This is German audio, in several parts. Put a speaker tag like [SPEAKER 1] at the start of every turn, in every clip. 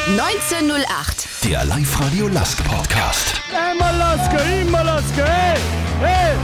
[SPEAKER 1] 1908.
[SPEAKER 2] Der Live-Radio Lask Podcast.
[SPEAKER 3] Immer Laske, hey, hey!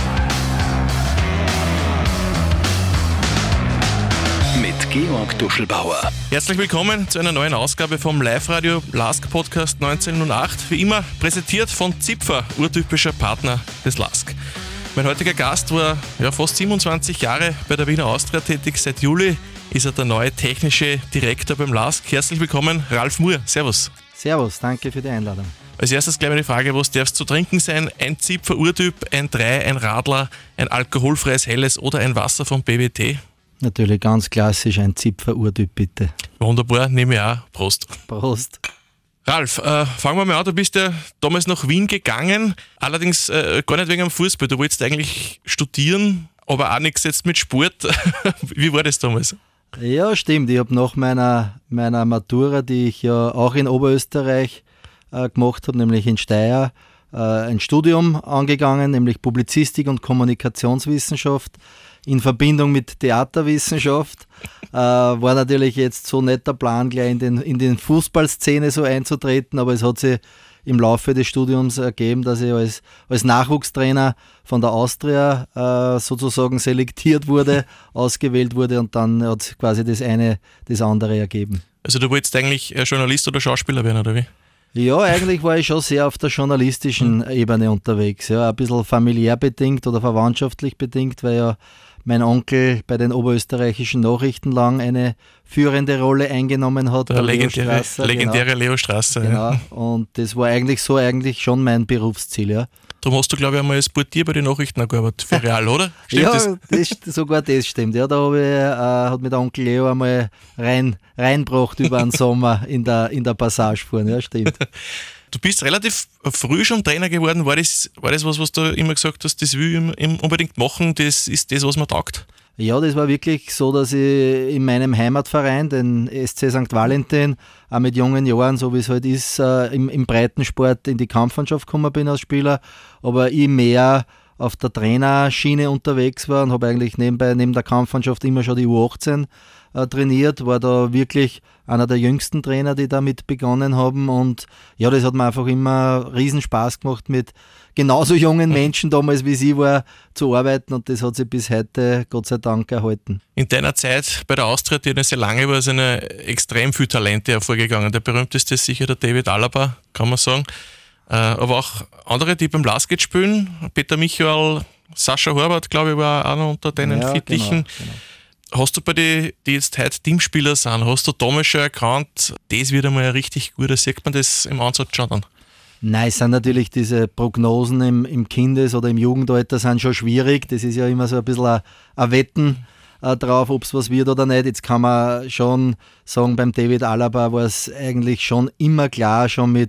[SPEAKER 2] Mit Georg Duschelbauer.
[SPEAKER 4] Herzlich willkommen zu einer neuen Ausgabe vom Live-Radio Lask Podcast 1908. Wie immer präsentiert von Zipfer, urtypischer Partner des Lask. Mein heutiger Gast war fast 27 Jahre bei der Wiener Austria tätig. Seit Juli ist er der neue technische Direktor beim Lask. Herzlich willkommen, Ralf Muhr. Servus.
[SPEAKER 5] Servus, danke für die Einladung.
[SPEAKER 4] Als erstes gleich mal die Frage, was darf es zu trinken sein? Ein Zipfer Urtyp, ein 3, ein Radler, ein alkoholfreies Helles oder ein Wasser vom BWT?
[SPEAKER 5] Natürlich ganz klassisch, ein Zipfer Urtyp bitte.
[SPEAKER 4] Wunderbar, nehme ich auch. Prost.
[SPEAKER 5] Prost.
[SPEAKER 4] Ralf, fangen wir mal an. Du bist ja damals nach Wien gegangen, allerdings gar nicht wegen dem Fußball. Du wolltest eigentlich studieren, aber auch nichts jetzt mit Sport. Wie war das damals?
[SPEAKER 5] Ja, stimmt. Ich habe nach meiner Matura, die ich ja auch in Oberösterreich gemacht habe, nämlich in Steyr, ein Studium angegangen, nämlich Publizistik und Kommunikationswissenschaft in Verbindung mit Theaterwissenschaft. War natürlich jetzt so nicht der Plan, gleich in den Fußballszene so einzutreten, aber es hat sich im Laufe des Studiums ergeben, dass ich als Nachwuchstrainer von der Austria sozusagen selektiert wurde, ausgewählt wurde und dann hat quasi das eine das andere ergeben.
[SPEAKER 4] Also du wolltest eigentlich Journalist oder Schauspieler werden, oder wie?
[SPEAKER 5] Ja, eigentlich war ich schon sehr auf der journalistischen Ebene unterwegs. Ja, ein bisschen familiär bedingt oder verwandtschaftlich bedingt, weil ja mein Onkel bei den oberösterreichischen Nachrichten lang eine führende Rolle eingenommen hat.
[SPEAKER 4] Der legendäre Leo Strasser.
[SPEAKER 5] Genau, und das war eigentlich schon mein Berufsziel. Ja.
[SPEAKER 4] Darum hast du, glaube ich, einmal als Portier bei den Nachrichten gearbeitet, für Real, oder? Stimmt
[SPEAKER 5] ja, sogar das stimmt. Ja, da hat mir der Onkel Leo einmal reingebracht über den Sommer in der Passage fahren. Ja, stimmt.
[SPEAKER 4] Du bist relativ früh schon Trainer geworden. War das was du immer gesagt hast, das will ich unbedingt machen, das ist das, was mir taugt?
[SPEAKER 5] Ja, das war wirklich so, dass ich in meinem Heimatverein, den SC St. Valentin, auch mit jungen Jahren, so wie es halt ist, im Breitensport in die Kampfmannschaft gekommen bin als Spieler, aber ich mehr auf der Trainerschiene unterwegs war und habe eigentlich neben der Kampfmannschaft immer schon die U18 trainiert, war da wirklich einer der jüngsten Trainer, die damit begonnen haben und ja, das hat mir einfach immer riesen Spaß gemacht, mit genauso jungen Menschen damals wie sie war, zu arbeiten und das hat sich bis heute Gott sei Dank erhalten.
[SPEAKER 4] In deiner Zeit bei der Austria, die ja sehr lange war, sind extrem viele Talente hervorgegangen. Der berühmteste ist sicher der David Alaba, kann man sagen. Aber auch andere, die beim Lask spielen, Peter Michael, Sascha Horvath, glaube ich, war auch noch unter deinen Fittichen. Genau. Hast du bei die jetzt heute Teamspieler sind, hast du damals schon erkannt, das wird einmal richtig gut, da sieht man das im Ansatz schon dann?
[SPEAKER 5] Nein, es sind natürlich diese Prognosen im Kindes- oder im Jugendalter sind schon schwierig, das ist ja immer so ein bisschen ein Wetten drauf, ob es was wird oder nicht. Jetzt kann man schon sagen, beim David Alaba war es eigentlich schon immer klar,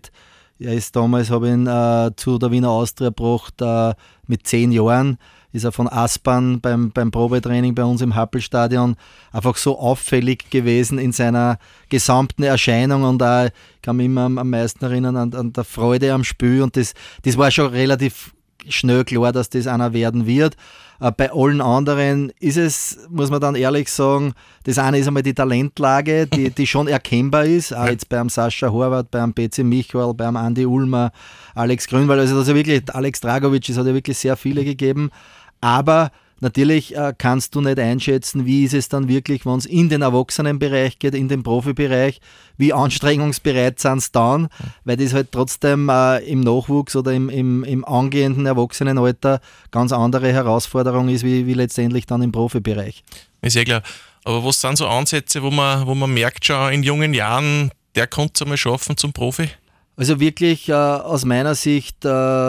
[SPEAKER 5] damals habe ich ihn zu der Wiener Austria gebracht, mit 10 Jahren. Ist er von Aspern beim Probetraining bei uns im Happelstadion einfach so auffällig gewesen in seiner gesamten Erscheinung und auch, ich kann mich immer am meisten erinnern an der Freude am Spiel und das war schon relativ schnell klar, dass das einer werden wird. Bei allen anderen ist es, muss man dann ehrlich sagen, das eine ist einmal die Talentlage, die schon erkennbar ist, auch jetzt beim Sascha Horvath, beim PC Michael, beim Andi Ulmer, Alex Grünwald, also wirklich Alex Dragovic, es hat ja wirklich sehr viele gegeben, aber natürlich kannst du nicht einschätzen, wie ist es dann wirklich, wenn es in den Erwachsenenbereich geht, in den Profibereich, wie anstrengungsbereit sind sie dann, weil das halt trotzdem im Nachwuchs oder im angehenden Erwachsenenalter ganz andere Herausforderung ist, wie letztendlich dann im Profibereich.
[SPEAKER 4] Ist ja klar. Aber was sind so Ansätze, wo man merkt schon in jungen Jahren, der konnte es einmal schaffen zum Profi?
[SPEAKER 5] Also wirklich aus meiner Sicht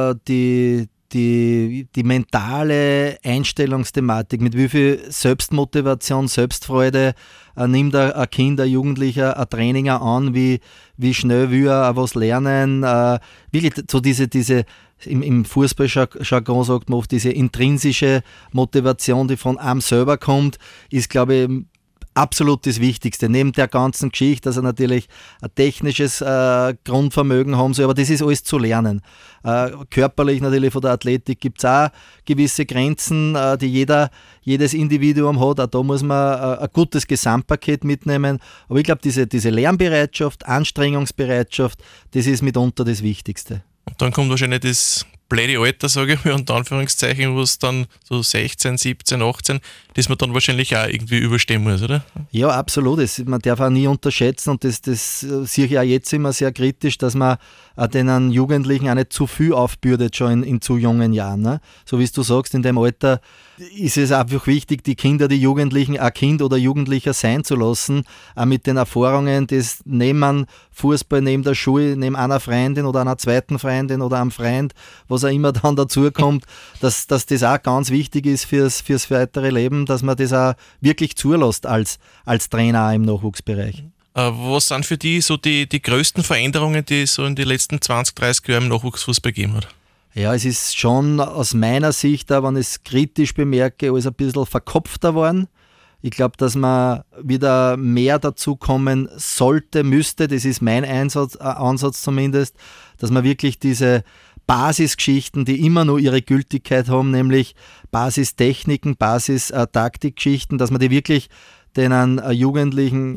[SPEAKER 5] die mentale Einstellungsthematik, mit wie viel Selbstmotivation, Selbstfreude nimmt ein Kind, ein Jugendlicher, ein Training an, wie schnell will er was lernen, wirklich so diese im Fußballjargon sagt man oft, diese intrinsische Motivation, die von einem selber kommt, ist, glaube ich, absolut das Wichtigste. Neben der ganzen Geschichte, dass er natürlich ein technisches Grundvermögen haben soll, aber das ist alles zu lernen. Körperlich natürlich von der Athletik gibt es auch gewisse Grenzen, die jedes Individuum hat. Auch da muss man ein gutes Gesamtpaket mitnehmen. Aber ich glaube, diese Lernbereitschaft, Anstrengungsbereitschaft, das ist mitunter das Wichtigste.
[SPEAKER 4] Und dann kommt wahrscheinlich das blöde Alter, sage ich mal, unter Anführungszeichen, wo es dann so 16, 17, 18, das man dann wahrscheinlich auch irgendwie überstehen muss, oder?
[SPEAKER 5] Ja, absolut. Man darf auch nie unterschätzen und das sehe ich auch jetzt immer sehr kritisch, dass man den Jugendlichen auch nicht zu viel aufbürdet, schon in zu jungen Jahren. Ne? So wie du sagst, in dem Alter ist es einfach wichtig, die Kinder, die Jugendlichen ein Kind oder Jugendlicher sein zu lassen, auch mit den Erfahrungen, das neben Fußball, neben der Schule, neben einer Freundin oder einer zweiten Freundin oder einem Freund, was auch immer dann dazukommt, dass das auch ganz wichtig ist fürs weitere Leben, dass man das auch wirklich zulässt als Trainer auch im Nachwuchsbereich.
[SPEAKER 4] Was sind für die so die größten Veränderungen, die es so in den letzten 20, 30 Jahren im Nachwuchsfußball gegeben hat?
[SPEAKER 5] Ja, es ist schon aus meiner Sicht, auch wenn ich es kritisch bemerke, alles ein bisschen verkopfter geworden. Ich glaube, dass man wieder mehr dazu kommen sollte, müsste, das ist mein Ansatz zumindest, dass man wirklich diese Basisgeschichten, die immer nur ihre Gültigkeit haben, nämlich Basistechniken, Basistaktikgeschichten, dass man die wirklich den Jugendlichen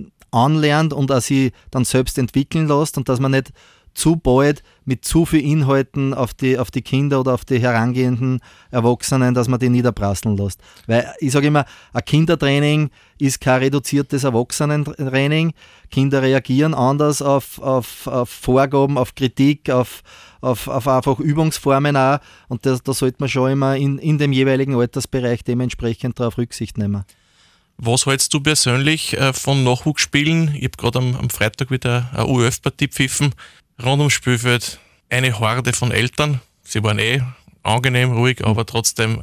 [SPEAKER 5] anlernt und auch sie dann selbst entwickeln lässt und dass man nicht zu bald mit zu viel Inhalten auf die Kinder oder auf die herangehenden Erwachsenen, dass man die niederprasseln lässt. Weil ich sage immer, ein Kindertraining ist kein reduziertes Erwachsenentraining. Kinder reagieren anders auf Vorgaben, auf Kritik, auf einfach Übungsformen auch und da sollte man schon immer in dem jeweiligen Altersbereich dementsprechend darauf Rücksicht nehmen.
[SPEAKER 4] Was hältst du persönlich von Nachwuchsspielen? Ich habe gerade am Freitag wieder eine U11-Partie pfiffen. Rund ums Spielfeld eine Horde von Eltern. Sie waren angenehm, ruhig, aber trotzdem,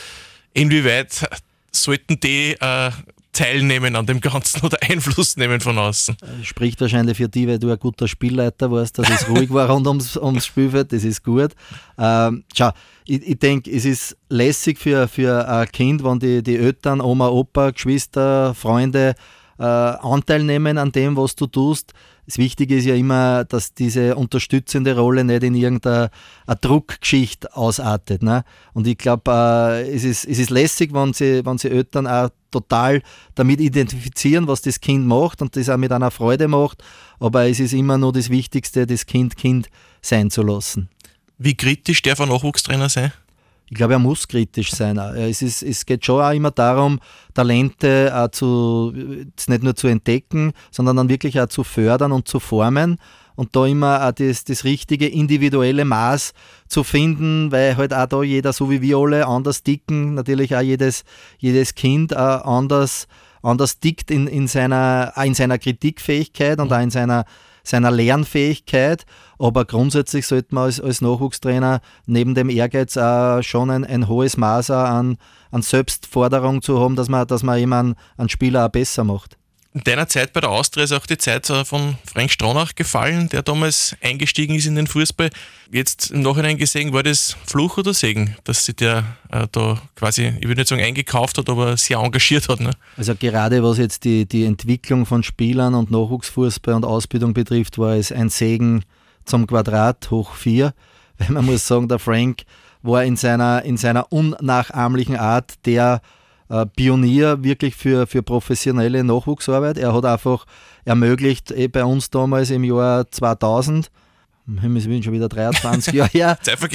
[SPEAKER 4] inwieweit sollten die teilnehmen an dem Ganzen oder Einfluss nehmen von außen?
[SPEAKER 5] Spricht wahrscheinlich für dich, weil du ein guter Spielleiter warst, dass es ruhig war rund ums Spielfeld, das ist gut. Schau, ich denke, es ist lässig für ein Kind, wenn die Eltern, Oma, Opa, Geschwister, Freunde Anteil nehmen an dem, was du tust. Das Wichtige ist ja immer, dass diese unterstützende Rolle nicht in irgendeine Druckgeschichte ausartet. Ne? Und ich glaube, es ist lässig, wenn sie Eltern auch total damit identifizieren, was das Kind macht und das auch mit einer Freude macht. Aber es ist immer nur das Wichtigste, das Kind sein zu lassen.
[SPEAKER 4] Wie kritisch darf ein Nachwuchstrainer sein?
[SPEAKER 5] Ich glaube, er muss kritisch sein. Es geht schon auch immer darum, Talente auch nicht nur zu entdecken, sondern dann wirklich auch zu fördern und zu formen und da immer auch das richtige individuelle Maß zu finden, weil halt auch da jeder, so wie wir alle, anders ticken, natürlich auch jedes Kind anders tickt in seiner Kritikfähigkeit und auch in seiner Lernfähigkeit, aber grundsätzlich sollte man als Nachwuchstrainer neben dem Ehrgeiz auch schon ein hohes Maß an Selbstforderung zu haben, dass man eben einen Spieler auch besser macht.
[SPEAKER 4] In deiner Zeit bei der Austria ist auch die Zeit von Frank Stronach gefallen, der damals eingestiegen ist in den Fußball. Jetzt im Nachhinein gesehen, war das Fluch oder Segen, dass sich der da quasi, ich würde nicht sagen eingekauft hat, aber sehr engagiert hat? Ne? Also
[SPEAKER 5] gerade was jetzt die Entwicklung von Spielern und Nachwuchsfußball und Ausbildung betrifft, war es ein Segen zum Quadrat hoch 4. Weil man muss sagen, der Frank war in seiner unnachahmlichen Art der Pionier wirklich für professionelle Nachwuchsarbeit. Er hat einfach ermöglicht, bei uns damals im Jahr 2000, wir sind schon wieder 23 Jahre her,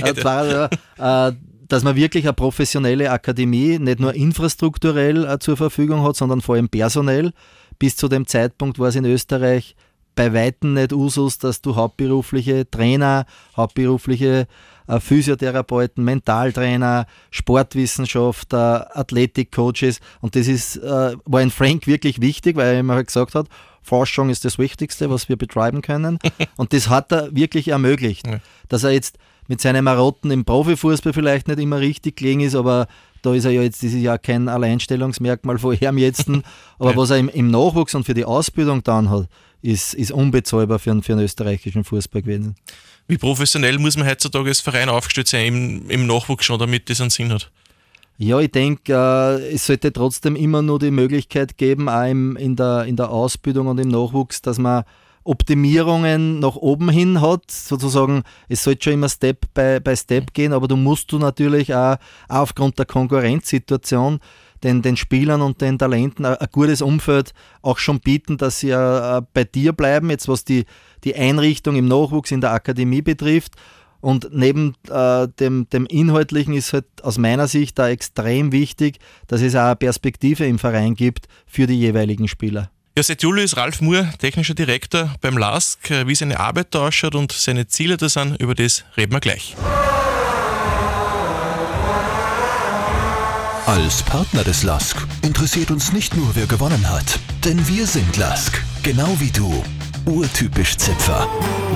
[SPEAKER 5] dass man wirklich eine professionelle Akademie nicht nur infrastrukturell zur Verfügung hat, sondern vor allem personell. Bis zu dem Zeitpunkt war es in Österreich bei Weitem nicht Usus, dass du hauptberufliche Trainer, hauptberufliche Physiotherapeuten, Mentaltrainer, Sportwissenschaftler, Athletikcoaches und das war in Frank wirklich wichtig, weil er immer gesagt hat, Forschung ist das Wichtigste, was wir betreiben können und das hat er wirklich ermöglicht, dass er jetzt mit seinen Marotten im Profifußball vielleicht nicht immer richtig gelegen ist, aber da ist er ja jetzt, das ist ja kein Alleinstellungsmerkmal von ihm jetzt, aber was er im Nachwuchs und für die Ausbildung dann hat, ist unbezahlbar für einen österreichischen Fußball gewesen.
[SPEAKER 4] Wie professionell muss man heutzutage als Verein aufgestellt sein, im Nachwuchs schon, damit das einen Sinn hat?
[SPEAKER 5] Ja, ich denke, es sollte trotzdem immer nur die Möglichkeit geben, auch in der Ausbildung und im Nachwuchs, dass man Optimierungen nach oben hin hat, sozusagen, es sollte schon immer Step by Step gehen, aber du musst natürlich auch aufgrund der Konkurrenzsituation den Spielern und den Talenten ein gutes Umfeld auch schon bieten, dass sie bei dir bleiben, jetzt was die Einrichtung im Nachwuchs in der Akademie betrifft. Und neben dem Inhaltlichen ist halt aus meiner Sicht da extrem wichtig, dass es auch eine Perspektive im Verein gibt für die jeweiligen Spieler.
[SPEAKER 4] Ja, seit Juli ist Ralf Muhr technischer Direktor beim LASK. Wie seine Arbeit da ausschaut und seine Ziele da sind, über das reden wir gleich.
[SPEAKER 2] Als Partner des LASK interessiert uns nicht nur, wer gewonnen hat, denn wir sind LASK, genau wie du, urtypisch Zipfer.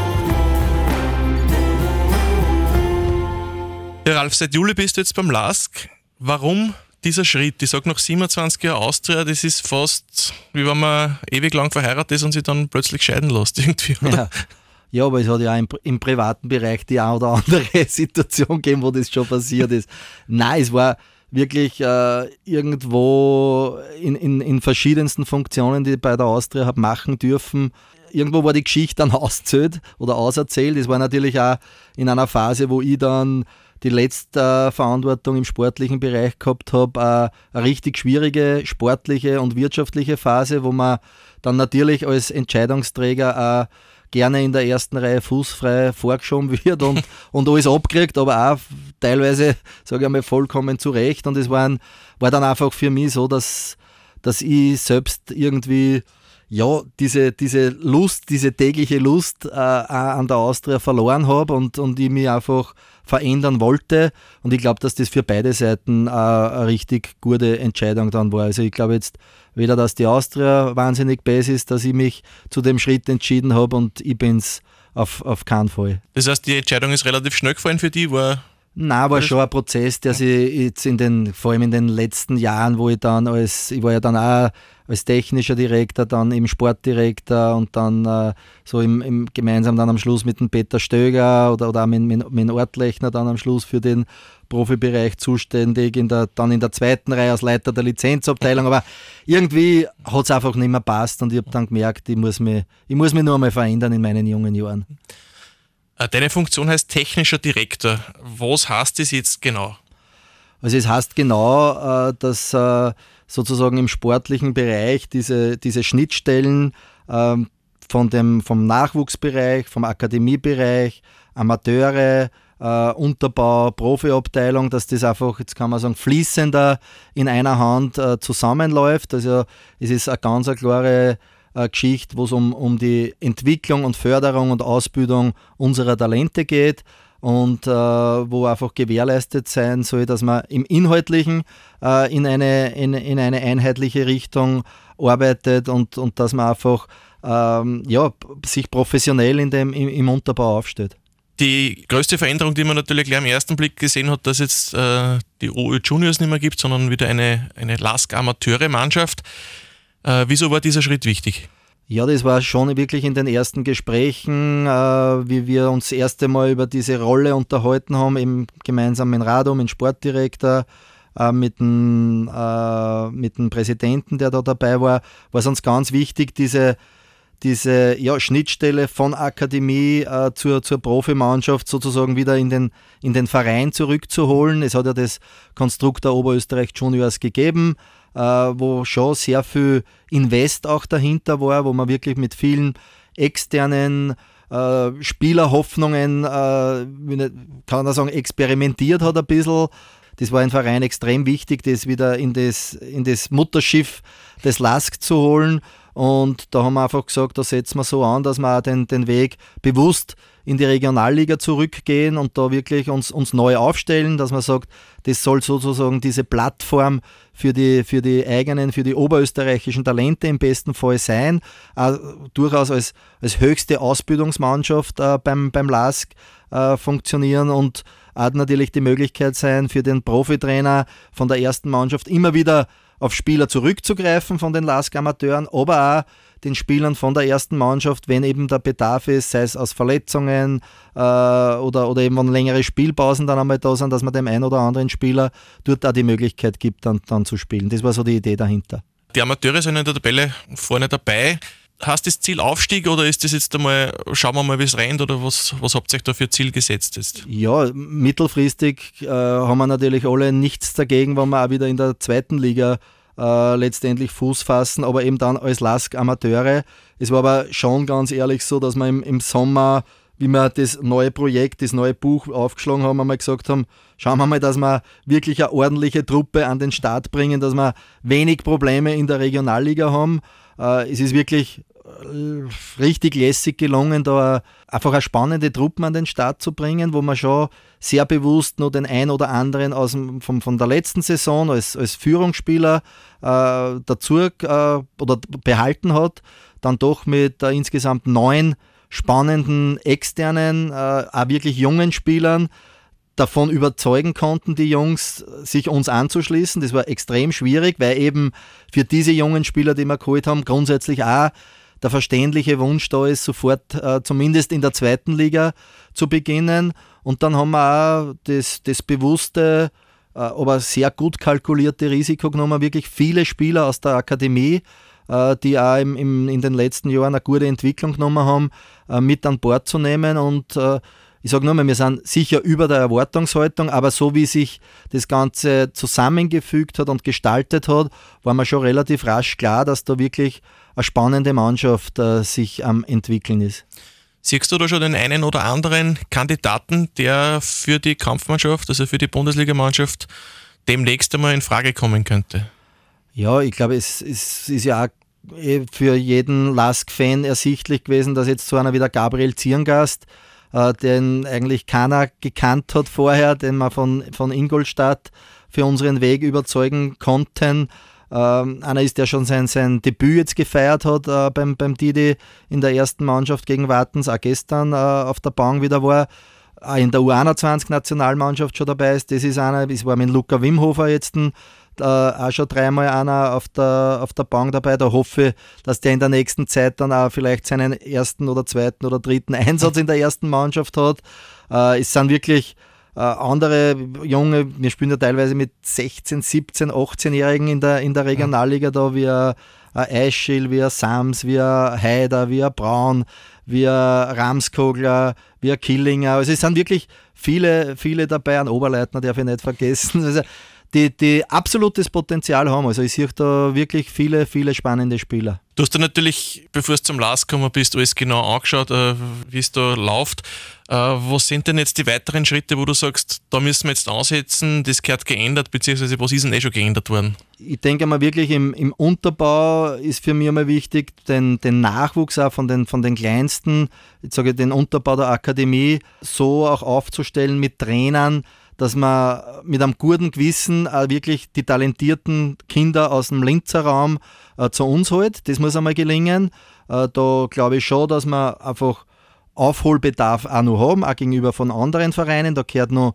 [SPEAKER 4] Ja, Ralf, seit Juli bist du jetzt beim LASK. Warum dieser Schritt? Ich sage, nach 27 Jahren Austria, das ist fast wie wenn man ewig lang verheiratet ist und sich dann plötzlich scheiden lässt irgendwie, oder?
[SPEAKER 5] Ja, aber es hat ja auch im privaten Bereich die eine oder andere Situation gegeben, wo das schon passiert ist. Nein, es war wirklich irgendwo in verschiedensten Funktionen, die ich bei der Austria habe machen dürfen. Irgendwo war die Geschichte dann auserzählt. Es war natürlich auch in einer Phase, wo ich dann die letzte Verantwortung im sportlichen Bereich gehabt habe, eine richtig schwierige sportliche und wirtschaftliche Phase, wo man dann natürlich als Entscheidungsträger auch gerne in der ersten Reihe fußfrei vorgeschoben wird und alles abkriegt, aber auch teilweise, sage ich einmal, vollkommen zu Recht. Und es war dann einfach für mich so, dass ich selbst irgendwie diese Lust, diese tägliche Lust an der Austria verloren habe und ich mich einfach verändern wollte. Und ich glaube, dass das für beide Seiten eine richtig gute Entscheidung dann war. Also ich glaube jetzt weder, dass die Austria wahnsinnig besser ist, dass ich mich zu dem Schritt entschieden habe und ich bin es auf keinen Fall.
[SPEAKER 4] Das heißt, die Entscheidung ist relativ schnell gefallen für dich?
[SPEAKER 5] Nein, war schon ein Prozess, der sich jetzt vor allem in den letzten Jahren, wo ich war ja dann auch als technischer Direktor, dann eben Sportdirektor und dann so gemeinsam dann am Schluss mit dem Peter Stöger oder auch mit Ortlechner dann am Schluss für den Profibereich zuständig, dann in der zweiten Reihe als Leiter der Lizenzabteilung, aber irgendwie hat es einfach nicht mehr passt und ich habe dann gemerkt, ich muss mich nur einmal verändern in meinen jungen Jahren.
[SPEAKER 4] Deine Funktion heißt technischer Direktor. Was heißt das jetzt genau?
[SPEAKER 5] Also es heißt genau, dass sozusagen im sportlichen Bereich diese Schnittstellen vom Nachwuchsbereich, vom Akademiebereich, Amateure, Unterbau, Profiabteilung, dass das einfach, jetzt kann man sagen, fließender in einer Hand zusammenläuft. Also es ist eine ganz klare Geschichte, wo es um die Entwicklung und Förderung und Ausbildung unserer Talente geht und wo einfach gewährleistet sein soll, dass man im Inhaltlichen in eine einheitliche Richtung arbeitet und dass man einfach sich professionell im Unterbau aufstellt.
[SPEAKER 4] Die größte Veränderung, die man natürlich gleich am ersten Blick gesehen hat, dass jetzt die OÖ Juniors nicht mehr gibt, sondern wieder eine LASK-Amateure-Mannschaft. Wieso war dieser Schritt wichtig?
[SPEAKER 5] Ja, das war schon wirklich in den ersten Gesprächen, wie wir uns das erste Mal über diese Rolle unterhalten haben, eben gemeinsam mit Rado, mit dem Sportdirektor, mit dem Präsidenten, der da dabei war es uns ganz wichtig, diese Schnittstelle von Akademie zur Profimannschaft sozusagen wieder in den Verein zurückzuholen. Es hat ja das Konstrukt der Oberösterreich Juniors gegeben, wo schon sehr viel Invest auch dahinter war, wo man wirklich mit vielen externen Spielerhoffnungen, kann man sagen, experimentiert hat ein bisschen. Das war im Verein extrem wichtig, das wieder in das Mutterschiff des LASK zu holen. Und da haben wir einfach gesagt, da setzen wir so an, dass wir auch den Weg bewusst in die Regionalliga zurückgehen und da wirklich uns neu aufstellen, dass man sagt, das soll sozusagen diese Plattform für die oberösterreichischen Talente im besten Fall sein, durchaus als höchste Ausbildungsmannschaft beim LASK funktionieren und auch natürlich die Möglichkeit sein für den Profitrainer von der ersten Mannschaft immer wieder auf Spieler zurückzugreifen von den LASK-Amateuren, aber auch den Spielern von der ersten Mannschaft, wenn eben der Bedarf ist, sei es aus Verletzungen oder eben wenn längere Spielpausen dann einmal da sind, dass man dem einen oder anderen Spieler dort auch die Möglichkeit gibt, dann zu spielen. Das war so die Idee dahinter.
[SPEAKER 4] Die Amateure sind in der Tabelle vorne dabei. Hast du das Ziel Aufstieg oder ist das jetzt einmal, schauen wir mal, wie es rennt, oder was habt ihr euch da für Ziel gesetzt jetzt?
[SPEAKER 5] Ja, mittelfristig haben wir natürlich alle nichts dagegen, wenn wir auch wieder in der zweiten Liga letztendlich Fuß fassen, aber eben dann als LASK-Amateure. Es war aber schon ganz ehrlich so, dass wir im Sommer, wie wir das neue Projekt, das neue Buch aufgeschlagen haben, einmal gesagt haben, schauen wir mal, dass wir wirklich eine ordentliche Truppe an den Start bringen, dass wir wenig Probleme in der Regionalliga haben. Es ist wirklich richtig lässig gelungen, da einfach eine spannende Truppe an den Start zu bringen, wo man schon sehr bewusst noch den ein oder anderen von der letzten Saison als Führungsspieler dazu oder behalten hat, dann doch mit insgesamt 9 spannenden externen, auch wirklich jungen Spielern davon überzeugen konnten, die Jungs, sich uns anzuschließen. Das war extrem schwierig, weil eben für diese jungen Spieler, die wir geholt haben, grundsätzlich auch der verständliche Wunsch da ist, sofort zumindest in der zweiten Liga zu beginnen. Und dann haben wir auch das bewusste, aber sehr gut kalkulierte Risiko genommen, wirklich viele Spieler aus der Akademie, die auch in den letzten Jahren eine gute Entwicklung genommen haben, mit an Bord zu nehmen. Und ich sage nur mal, wir sind sicher über der Erwartungshaltung, aber so wie sich das Ganze zusammengefügt hat und gestaltet hat, war mir schon relativ rasch klar, dass da wirklich eine spannende Mannschaft sich am entwickeln ist.
[SPEAKER 4] Siehst du da schon den einen oder anderen Kandidaten, der für die Kampfmannschaft, also für die Bundesligamannschaft, demnächst einmal in Frage kommen könnte?
[SPEAKER 5] Ja, ich glaube, es ist ja auch für jeden LASK-Fan ersichtlich gewesen, dass jetzt so einer wie der Gabriel Zierngast, den eigentlich keiner gekannt hat vorher, den wir von Ingolstadt für unseren Weg überzeugen konnten. Einer ist, der schon sein Debüt jetzt gefeiert hat beim Didi in der ersten Mannschaft gegen Wattens, auch gestern auf der Bank wieder war, auch in der U21-Nationalmannschaft schon dabei ist. Das ist einer, es war mit Luca Wimhofer jetzt auch schon 3-mal einer auf der Bank dabei. Da hoffe ich, dass der in der nächsten Zeit dann auch vielleicht seinen ersten oder zweiten oder dritten Einsatz in der ersten Mannschaft hat. Es sind wirklich andere Junge, wir spielen ja teilweise mit 16, 17, 18-Jährigen in der Regionalliga da, wie ein Eischil, wie ein Sams, wie ein Haider, wie ein Braun, wie ein Ramskogler, wie ein Killinger. Also es sind wirklich viele dabei, ein Oberleitner darf ich nicht vergessen. Also die absolutes Potenzial haben. Also ich sehe da wirklich viele spannende Spieler.
[SPEAKER 4] Du hast dir natürlich, bevor du zum LASK gekommen bist, alles genau angeschaut, wie es da läuft. Was sind denn jetzt die weiteren Schritte, wo du sagst, da müssen wir jetzt ansetzen, das gehört geändert, beziehungsweise was ist denn schon geändert worden?
[SPEAKER 5] Ich denke mal wirklich im Unterbau ist für mich einmal wichtig, den Nachwuchs auch von den Kleinsten, ich sage den Unterbau der Akademie, so auch aufzustellen mit Trainern, dass man mit einem guten Gewissen wirklich die talentierten Kinder aus dem Linzer Raum zu uns holt. Das muss einmal gelingen. Da glaube ich schon, dass wir einfach Aufholbedarf auch noch haben, auch gegenüber von anderen Vereinen. Da gehört noch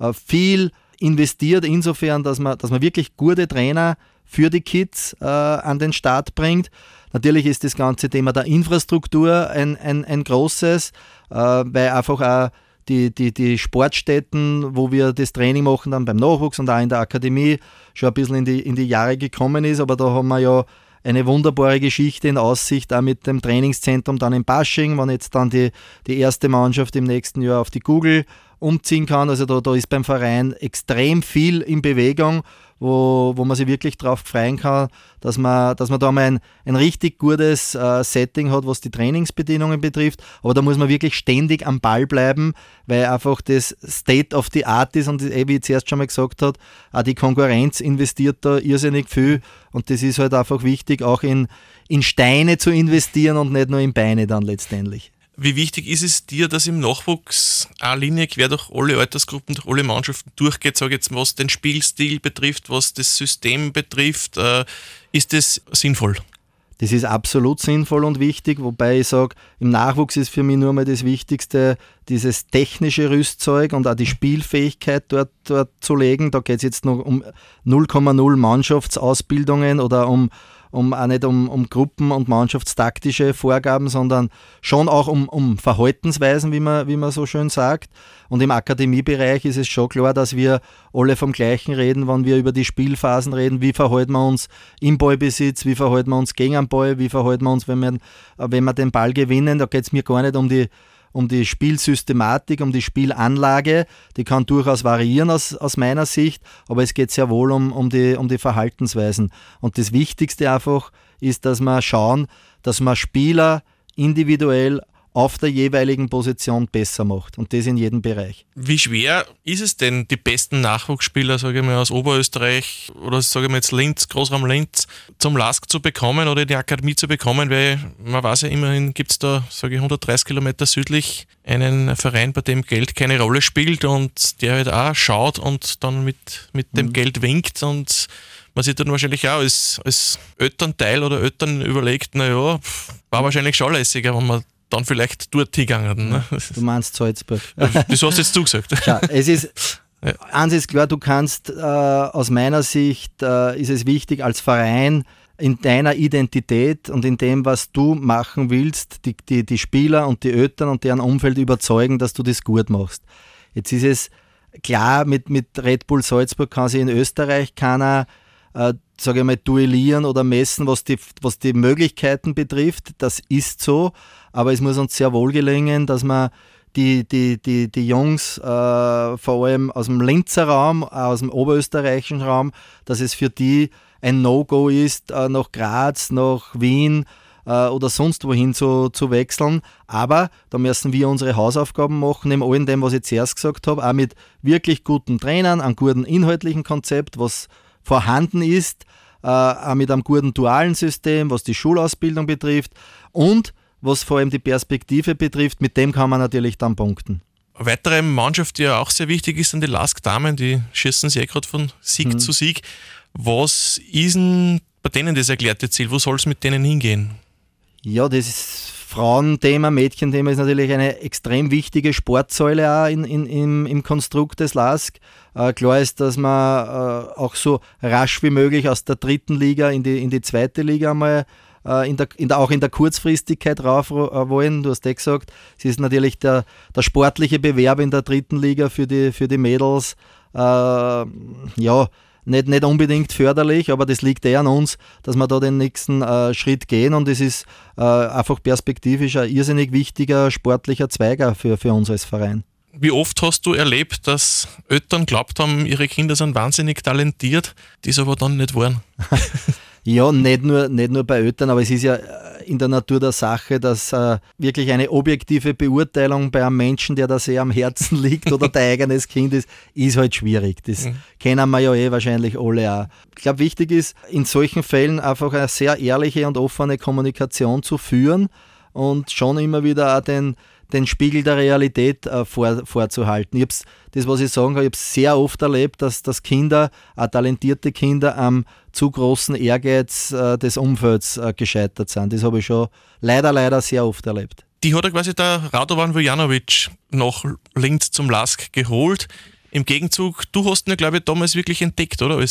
[SPEAKER 5] viel investiert, insofern, dass man wirklich gute Trainer für die Kids an den Start bringt. Natürlich ist das ganze Thema der Infrastruktur ein großes, weil einfach auch die Sportstätten, wo wir das Training machen, dann beim Nachwuchs und auch in der Akademie, schon ein bisschen in die Jahre gekommen ist. Aber da haben wir ja eine wunderbare Geschichte in Aussicht, auch mit dem Trainingszentrum dann in Pasching, wenn jetzt dann die erste Mannschaft im nächsten Jahr auf die Google umziehen kann. Also da ist beim Verein extrem viel in Bewegung, wo man sich wirklich darauf freuen kann, dass man da mal ein richtig gutes Setting hat, was die Trainingsbedingungen betrifft. Aber da muss man wirklich ständig am Ball bleiben, weil einfach das State of the Art ist und wie ich zuerst schon mal gesagt habe, auch die Konkurrenz investiert da irrsinnig viel und das ist halt einfach wichtig, auch in Steine zu investieren und nicht nur in Beine dann letztendlich.
[SPEAKER 4] Wie wichtig ist es dir, dass im Nachwuchs eine Linie quer durch alle Altersgruppen, durch alle Mannschaften durchgeht, sage jetzt, was den Spielstil betrifft, was das System betrifft, ist das sinnvoll?
[SPEAKER 5] Das ist absolut sinnvoll und wichtig, wobei ich sage, im Nachwuchs ist für mich nur mal das Wichtigste, dieses technische Rüstzeug und auch die Spielfähigkeit dort zu legen. Da geht es jetzt noch um 0,0 Mannschaftsausbildungen oder auch nicht um Gruppen- und mannschaftstaktische Vorgaben, sondern schon auch um Verhaltensweisen, wie man so schön sagt. Und im Akademiebereich ist es schon klar, dass wir alle vom Gleichen reden, wenn wir über die Spielphasen reden. Wie verhalten wir uns im Ballbesitz, wie verhalten wir uns gegen den Ball, wie verhalten wir uns, wenn wir den Ball gewinnen. Da geht es mir gar nicht um die Spielsystematik, um die Spielanlage. Die kann durchaus variieren aus meiner Sicht, aber es geht sehr wohl um die Verhaltensweisen. Und das Wichtigste einfach ist, dass wir schauen, dass man Spieler individuell auf der jeweiligen Position besser macht. Und das in jedem Bereich.
[SPEAKER 4] Wie schwer ist es denn, die besten Nachwuchsspieler, sage ich mal, aus Oberösterreich oder sage ich mal jetzt Linz, Großraum Linz, zum LASK zu bekommen oder in die Akademie zu bekommen? Weil man weiß ja, immerhin gibt es da, sage ich, 130 Kilometer südlich einen Verein, bei dem Geld keine Rolle spielt und der halt auch schaut und dann mit dem Geld winkt, und man sich dann wahrscheinlich auch als Elternteil oder Eltern überlegt, naja, war wahrscheinlich schon lässiger, wenn man dann vielleicht dort hingegangen. Ne?
[SPEAKER 5] Du meinst Salzburg.
[SPEAKER 4] Das hast jetzt du gesagt.
[SPEAKER 5] Ja, es ist, eins ist klar, du kannst, aus meiner Sicht ist es wichtig, als Verein in deiner Identität und in dem, was du machen willst, die Spieler und die Eltern und deren Umfeld überzeugen, dass du das gut machst. Jetzt ist es klar, mit Red Bull Salzburg kann sich in Österreich keiner sage ich mal, duellieren oder messen, was die Möglichkeiten betrifft. Das ist so, aber es muss uns sehr wohl gelingen, dass man die Jungs, vor allem aus dem Linzer Raum, aus dem oberösterreichischen Raum, dass es für die ein No-Go ist, nach Graz, nach Wien oder sonst wohin zu wechseln. Aber da müssen wir unsere Hausaufgaben machen, neben allem dem, was ich zuerst gesagt habe, auch mit wirklich guten Trainern, einem guten inhaltlichen Konzept, was vorhanden ist, auch mit einem guten dualen System, was die Schulausbildung betrifft und was vor allem die Perspektive betrifft, mit dem kann man natürlich dann punkten.
[SPEAKER 4] Eine weitere Mannschaft, die ja auch sehr wichtig ist, sind die LASK-Damen, die schießen sehr gerade von Sieg zu Sieg. Was ist denn bei denen das erklärte Ziel? Wo soll es mit denen hingehen?
[SPEAKER 5] Ja, das ist Frauenthema, Mädchenthema ist natürlich eine extrem wichtige Sportsäule auch im Konstrukt des LASK. Klar ist, dass man auch so rasch wie möglich aus der dritten Liga in die zweite Liga einmal auch in der Kurzfristigkeit rauf wollen. Du hast ja gesagt, es ist natürlich der sportliche Bewerb in der dritten Liga für die Mädels nicht unbedingt förderlich, aber das liegt eher an uns, dass wir da den nächsten Schritt gehen, und es ist einfach perspektivisch ein irrsinnig wichtiger sportlicher Zweig für uns als Verein.
[SPEAKER 4] Wie oft hast du erlebt, dass Eltern glaubt haben, ihre Kinder sind wahnsinnig talentiert, die es aber dann nicht waren?
[SPEAKER 5] Ja, nicht nur bei Eltern, aber es ist ja in der Natur der Sache, dass wirklich eine objektive Beurteilung bei einem Menschen, der da sehr am Herzen liegt oder dein eigenes Kind ist halt schwierig. Das kennen wir ja wahrscheinlich alle auch. Ich glaube, wichtig ist, in solchen Fällen einfach eine sehr ehrliche und offene Kommunikation zu führen und schon immer wieder auch den Spiegel der Realität vorzuhalten. Das, was ich sagen kann, ich habe es sehr oft erlebt, dass Kinder, auch talentierte Kinder, am zu großen Ehrgeiz des Umfelds gescheitert sind. Das habe ich schon leider sehr oft erlebt.
[SPEAKER 4] Die hat ja quasi der Radovan Vujanovic nach Linz zum LASK geholt. Im Gegenzug, du hast ihn ja, glaube ich, damals wirklich entdeckt, oder?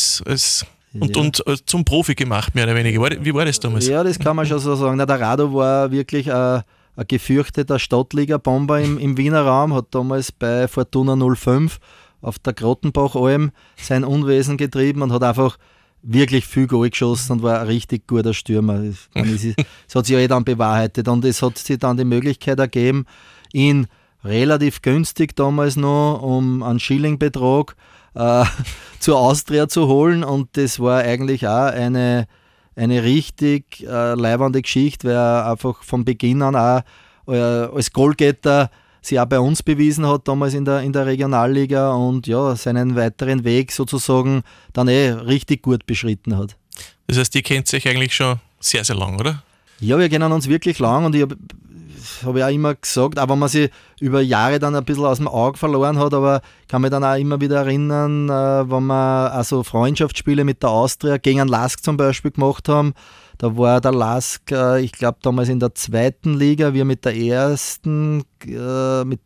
[SPEAKER 4] Und zum Profi gemacht, mehr oder weniger. Wie war das damals?
[SPEAKER 5] Ja, das kann man schon so sagen. Der Rado war wirklich ein gefürchteter Stadtliga-Bomber im Wiener Raum, hat damals bei Fortuna 05 auf der Grottenbach-Alm sein Unwesen getrieben und hat einfach wirklich viel Goal geschossen und war ein richtig guter Stürmer. Das hat sich ja dann bewahrheitet, und es hat sich dann die Möglichkeit ergeben, ihn relativ günstig damals noch um einen Schillingbetrag zur Austria zu holen, und das war eigentlich auch eine richtig leibende Geschichte, weil er einfach von Beginn an auch als Goalgetter sich auch bei uns bewiesen hat, damals in der Regionalliga, und ja, seinen weiteren Weg sozusagen dann richtig gut beschritten hat.
[SPEAKER 4] Das heißt, ihr kennt euch eigentlich schon sehr, sehr lang, oder?
[SPEAKER 5] Ja, wir kennen uns wirklich lang, und ich habe ja auch immer gesagt, auch wenn man sich über Jahre dann ein bisschen aus dem Auge verloren hat, aber ich kann mich dann auch immer wieder erinnern, wenn wir also Freundschaftsspiele mit der Austria gegen einen LASK zum Beispiel gemacht haben, Da war der Lask, ich glaube damals in der 2. Liga, wir mit der ersten, wir mit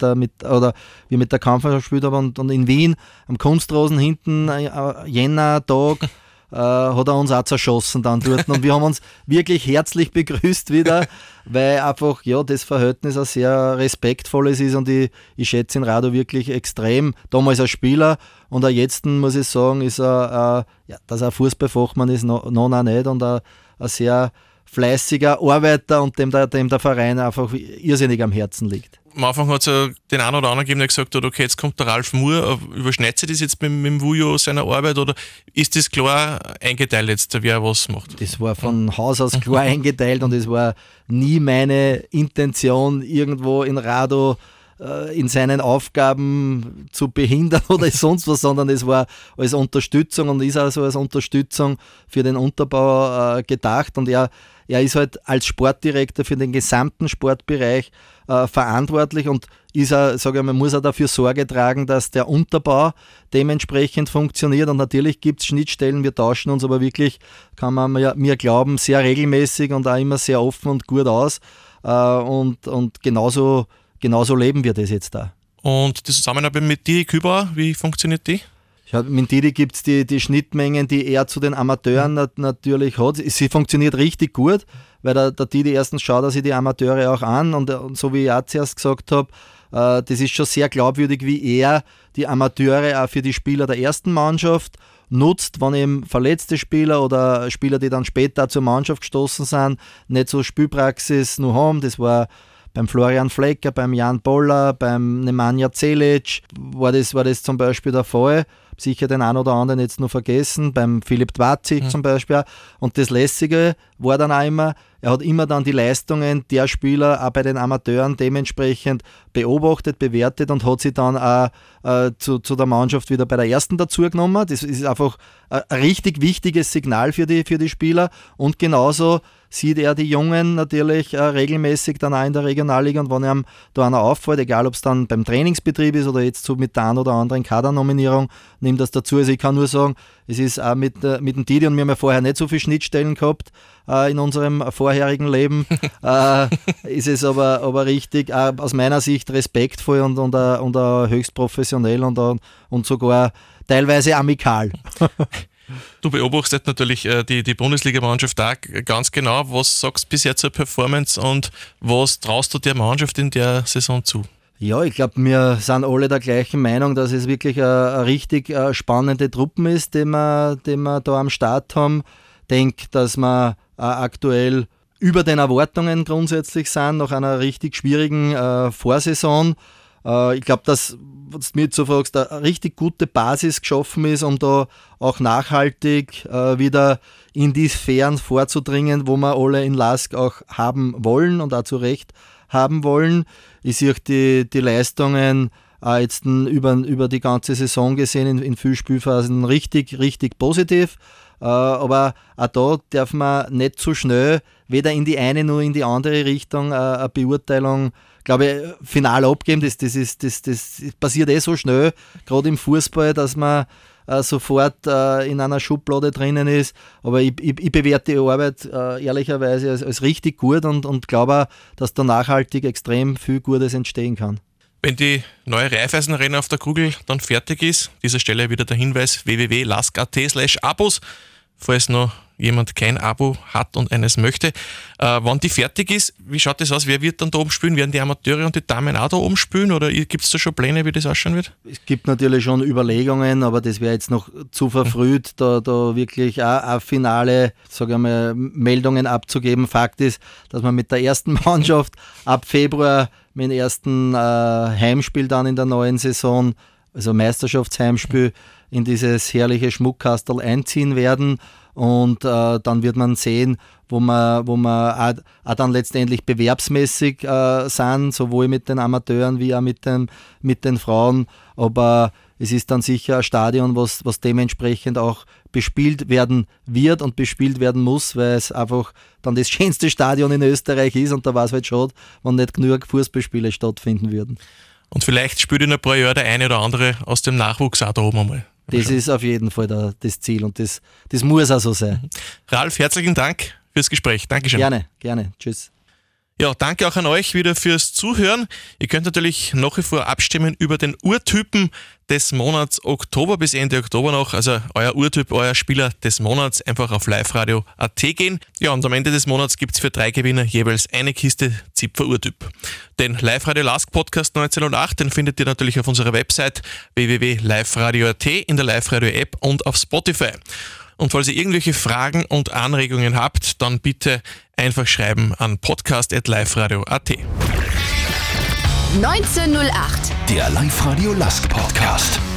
[SPEAKER 5] der Kampfmannschaft gespielt haben und in Wien am Kunstrosen hinten, Jänner-Tag, hat er uns auch zerschossen dann dort und wir haben uns wirklich herzlich begrüßt wieder, weil einfach das Verhältnis ein sehr respektvolles ist und ich schätze ihn Rado wirklich extrem, damals als Spieler und auch jetzt muss ich sagen, ist er, dass er Fußballfachmann ist, noch nicht und ein sehr fleißiger Arbeiter und dem der Verein einfach irrsinnig am Herzen liegt.
[SPEAKER 4] Am Anfang hat es ja den einen oder anderen gegeben, der gesagt hat, okay, jetzt kommt der Ralf Moore, überschneidet sich das jetzt mit dem Vujo seiner Arbeit oder ist das klar eingeteilt jetzt, wer was macht?
[SPEAKER 5] Das war von Haus aus klar eingeteilt und es war nie meine Intention, irgendwo in Rado in seinen Aufgaben zu behindern oder sonst was, sondern es war als Unterstützung und ist also als Unterstützung für den Unterbau gedacht und er ist halt als Sportdirektor für den gesamten Sportbereich verantwortlich und muss er dafür Sorge tragen, dass der Unterbau dementsprechend funktioniert und natürlich gibt es Schnittstellen, wir tauschen uns aber wirklich, kann man mir glauben, sehr regelmäßig und auch immer sehr offen und gut aus und genauso leben wir das jetzt da.
[SPEAKER 4] Und die Zusammenarbeit mit Didi Kübauer, wie funktioniert die?
[SPEAKER 5] Ja, mit Didi gibt es die Schnittmengen, die er zu den Amateuren natürlich hat. Sie funktioniert richtig gut, weil der Didi erstens schaut er sich die Amateure auch an und so wie ich auch zuerst gesagt habe, das ist schon sehr glaubwürdig, wie er die Amateure auch für die Spieler der ersten Mannschaft nutzt, wenn eben verletzte Spieler oder Spieler, die dann später zur Mannschaft gestoßen sind, nicht so Spielpraxis nur haben. Das war beim Florian Flecker, beim Jan Boller, beim Nemanja Celic war das zum Beispiel der Fall. Sicher den einen oder anderen jetzt noch vergessen, beim Filip Dwatzig zum Beispiel. Und das Lässige war dann auch immer, er hat immer dann die Leistungen der Spieler auch bei den Amateuren dementsprechend beobachtet, bewertet und hat sie dann auch zu der Mannschaft wieder bei der ersten dazu genommen. Das ist einfach ein richtig wichtiges Signal für die Spieler und genauso sieht er die Jungen natürlich regelmäßig dann auch in der Regionalliga und wenn ihm da einer auffällt, egal ob es dann beim Trainingsbetrieb ist oder jetzt so mit der einen oder anderen Kadernominierung, nimmt das dazu. Also ich kann nur sagen, es ist auch mit dem Didi und wir haben ja vorher nicht so viele Schnittstellen gehabt in unserem vorherigen Leben, ist es aber richtig, aus meiner Sicht respektvoll und höchst professionell und sogar teilweise amikal.
[SPEAKER 4] Du beobachtest natürlich die Bundesliga-Mannschaft auch ganz genau. Was sagst du bisher zur Performance und was traust du der Mannschaft in der Saison zu?
[SPEAKER 5] Ja, ich glaube, wir sind alle der gleichen Meinung, dass es wirklich eine richtig spannende Truppe ist, die wir da am Start haben. Ich denke, dass wir aktuell über den Erwartungen grundsätzlich sind, nach einer richtig schwierigen Vorsaison. Ich glaube, dass, wenn du mich so fragst, eine richtig gute Basis geschaffen ist, um da auch nachhaltig wieder in die Sphären vorzudringen, wo wir alle in Lask auch haben wollen und auch zu Recht haben wollen. Ich sehe die Leistungen jetzt über die ganze Saison gesehen in vielen Spielphasen richtig, richtig positiv. Aber auch da darf man nicht zu schnell weder in die eine noch in die andere Richtung eine Beurteilung, glaube ich, final abgeben. Das passiert so schnell, gerade im Fußball, dass man sofort in einer Schublade drinnen ist. Aber ich bewerte die Arbeit ehrlicherweise als richtig gut und glaube, dass da nachhaltig extrem viel Gutes entstehen kann.
[SPEAKER 4] Wenn die neue Raiffeisen-Arena auf der Kugel dann fertig ist, an dieser Stelle wieder der Hinweis www.lask.at/Abos, falls noch jemand kein Abo hat und eines möchte. Wann die fertig ist, wie schaut das aus? Wer wird dann da oben spielen? Werden die Amateure und die Damen auch da oben spielen oder gibt es da schon Pläne, wie das ausschauen wird?
[SPEAKER 5] Es gibt natürlich schon Überlegungen, aber das wäre jetzt noch zu verfrüht, da wirklich auch finale, sage ich mal, Meldungen abzugeben. Fakt ist, dass man mit der ersten Mannschaft ab Februar mit dem ersten Heimspiel dann in der neuen Saison, also Meisterschaftsheimspiel, in dieses herrliche Schmuckkastel einziehen werden. Und dann wird man sehen, wo wir auch dann letztendlich bewerbsmäßig sind, sowohl mit den Amateuren wie auch mit den Frauen. Aber es ist dann sicher ein Stadion, was dementsprechend auch bespielt werden wird und bespielt werden muss, weil es einfach dann das schönste Stadion in Österreich ist und da war es halt schade, wenn nicht genug Fußballspiele stattfinden würden.
[SPEAKER 4] Und vielleicht spielt in ein paar Jahren der eine oder andere aus dem Nachwuchs auch da oben einmal.
[SPEAKER 5] Das ist auf jeden Fall das Ziel und das muss auch so sein.
[SPEAKER 4] Ralf, herzlichen Dank fürs Gespräch. Dankeschön.
[SPEAKER 5] Gerne. Tschüss.
[SPEAKER 4] Ja, danke auch an euch wieder fürs Zuhören. Ihr könnt natürlich nach wie vor abstimmen über den Urtypen des Monats Oktober bis Ende Oktober noch. Also euer Urtyp, euer Spieler des Monats, einfach auf liveradio.at gehen. Ja, und am Ende des Monats gibt es für 3 Gewinner jeweils eine Kiste Zipfer Urtyp. Den Live-Radio Lask Podcast 1908, den findet ihr natürlich auf unserer Website www.liveradio.at, in der Live-Radio App und auf Spotify. Und falls ihr irgendwelche Fragen und Anregungen habt, dann bitte einfach schreiben an podcast@liveradio.at.
[SPEAKER 1] 1908.
[SPEAKER 2] Der Live-Radio Lask Podcast.